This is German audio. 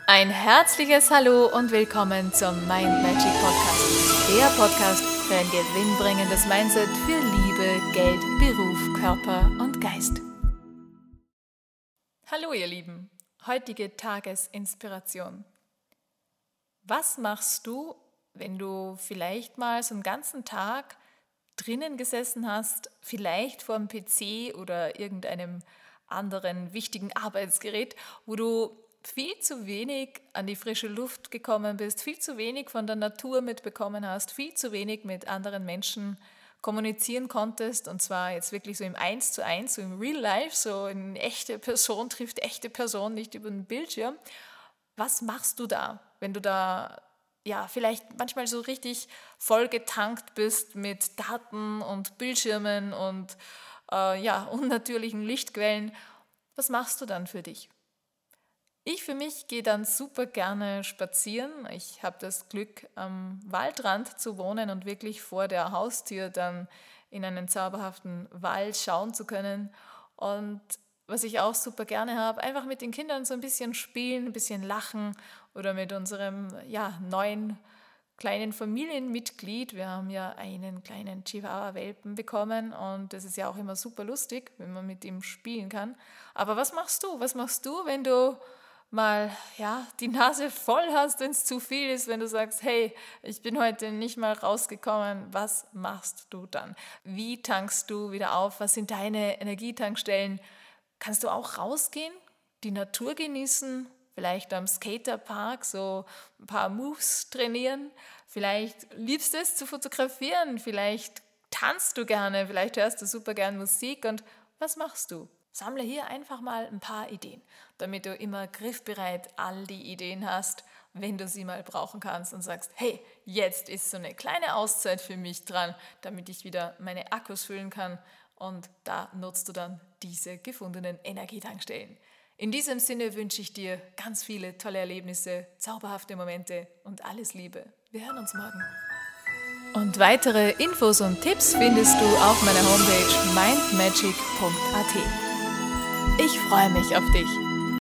Ein herzliches Hallo und willkommen zum Mind Magic Podcast. Der Podcast für ein gewinnbringendes Mindset für Liebe, Geld, Beruf, Körper und Geist. Hallo ihr Lieben, heutige Tagesinspiration. Was machst du, wenn du vielleicht mal so einen ganzen Tag drinnen gesessen hast, vielleicht vor dem PC oder irgendeinem anderen wichtigen Arbeitsgerät, wo du viel zu wenig an die frische Luft gekommen bist, viel zu wenig von der Natur mitbekommen hast, viel zu wenig mit anderen Menschen kommunizieren konntest, und zwar jetzt wirklich so im 1:1, so im Real Life, so eine echte Person trifft echte Person, nicht über den Bildschirm. Was machst du da, wenn du da vielleicht manchmal so richtig vollgetankt bist mit Daten und Bildschirmen und unnatürlichen Lichtquellen? Was machst du dann für dich? Ich für mich gehe dann super gerne spazieren. Ich habe das Glück, am Waldrand zu wohnen und wirklich vor der Haustür dann in einen zauberhaften Wald schauen zu können. Und was ich auch super gerne habe, einfach mit den Kindern so ein bisschen spielen, ein bisschen lachen oder mit unserem neuen kleinen Familienmitglied. Wir haben ja einen kleinen Chihuahua-Welpen bekommen und das ist ja auch immer super lustig, wenn man mit ihm spielen kann. Aber was machst du? Was machst du, wenn du mal die Nase voll hast, wenn es zu viel ist, wenn du sagst, hey, ich bin heute nicht mal rausgekommen, was machst du dann? Wie tankst du wieder auf? Was sind deine Energietankstellen? Kannst du auch rausgehen, die Natur genießen, vielleicht am Skaterpark so ein paar Moves trainieren? Vielleicht liebst du es zu fotografieren, vielleicht tanzt du gerne, vielleicht hörst du super gern Musik und was machst du? Sammle hier einfach mal ein paar Ideen, damit du immer griffbereit all die Ideen hast, wenn du sie mal brauchen kannst und sagst, hey, jetzt ist so eine kleine Auszeit für mich dran, damit ich wieder meine Akkus füllen kann, und da nutzt du dann diese gefundenen Energietankstellen. In diesem Sinne wünsche ich dir ganz viele tolle Erlebnisse, zauberhafte Momente und alles Liebe. Wir hören uns morgen. Und weitere Infos und Tipps findest du auf meiner Homepage mindmagic.at. Ich freue mich auf dich.